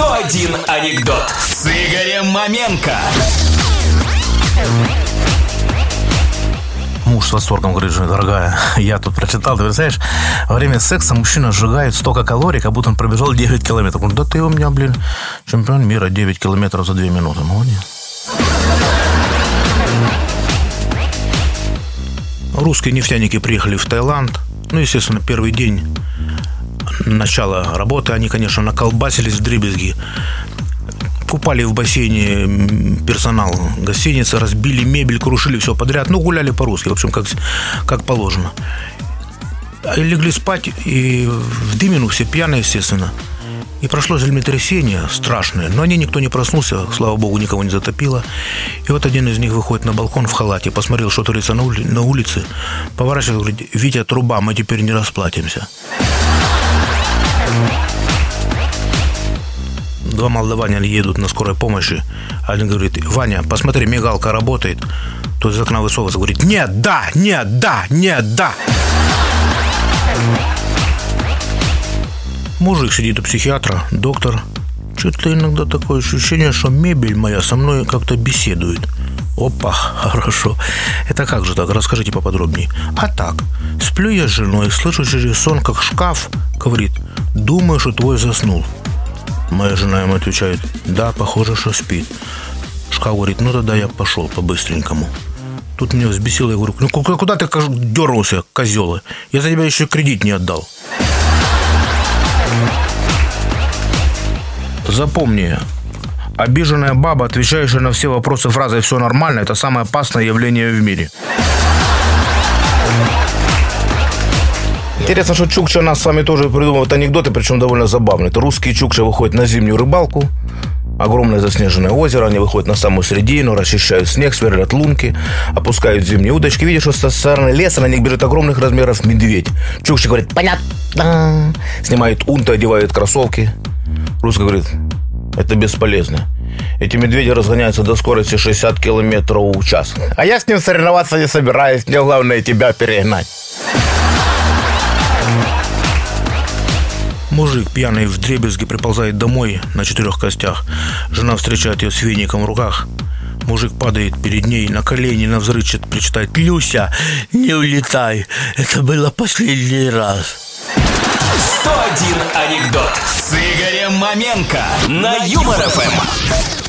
101 анекдот с Игорем Маменко. Муж с восторгом говорит: жене: дорогая, я тут прочитал, ты знаешь, во время секса мужчина сжигает столько калорий, как будто он пробежал 9 километров. Он говорит: да ты у меня, чемпион мира, 9 километров за 2 минуты. Молодец. Русские нефтяники приехали в Таиланд. Естественно, первый день начала работы они, конечно, наколбасились вдребезги. Купали в бассейне персонал гостиницы, разбили мебель, крушили все подряд. Гуляли по-русски, в общем, как положено. И легли спать, и в дымину, все пьяные, естественно. И прошло землетрясение страшное, но никто не проснулся, слава богу, никого не затопило. И вот один из них выходит на балкон в халате, посмотрел, что творится на улице, поворачивается, говорит: Витя, труба, мы теперь не расплатимся. Два молдаванина едут на скорой помощи. Один говорит: Ваня, посмотри, мигалка работает. Тот из окна высовывается, говорит: нет, да, нет, да, нет, да. Мужик сидит у психиатра, доктор. Что-то иногда такое ощущение, что мебель моя со мной как-то беседует. Опа, хорошо. Это как же так? Расскажите поподробнее. А так, сплю я с женой, слышу через сон, как шкаф говорит: думаю, что твой заснул. Моя жена ему отвечает: да, похоже, что спит. Шкаф говорит: ну тогда я пошел по-быстренькому. Тут меня взбесило, я говорю: ну куда ты дернулся, козел? Я за тебя еще кредит не отдал. Запомни, обиженная баба, отвечающая на все вопросы фразой «все нормально», это самое опасное явление в мире. Интересно, что чукча нас с вами тоже придумывает анекдоты, причем довольно забавные. Это русские чукча выходят на зимнюю рыбалку. Огромное заснеженное озеро, они выходят на самую середину, расчищают снег, сверлят лунки, опускают зимние удочки. Видишь, что со стороны леса на них бежит огромных размеров медведь. Чукча говорит: понятно. Снимает унты, одевает кроссовки. Русский говорит: это бесполезно. Эти медведи разгоняются до скорости 60 километров в час. А я с ним соревноваться не собираюсь. Мне главное тебя перегнать. Мужик пьяный вдребезги приползает домой на 4 костях. Жена встречает ее с веником в руках. Мужик падает перед ней на колени, навзрыд причитает: Люся, не улетай, это было последний раз. 101 анекдот с Игорем Маменко на Юмор ФМ.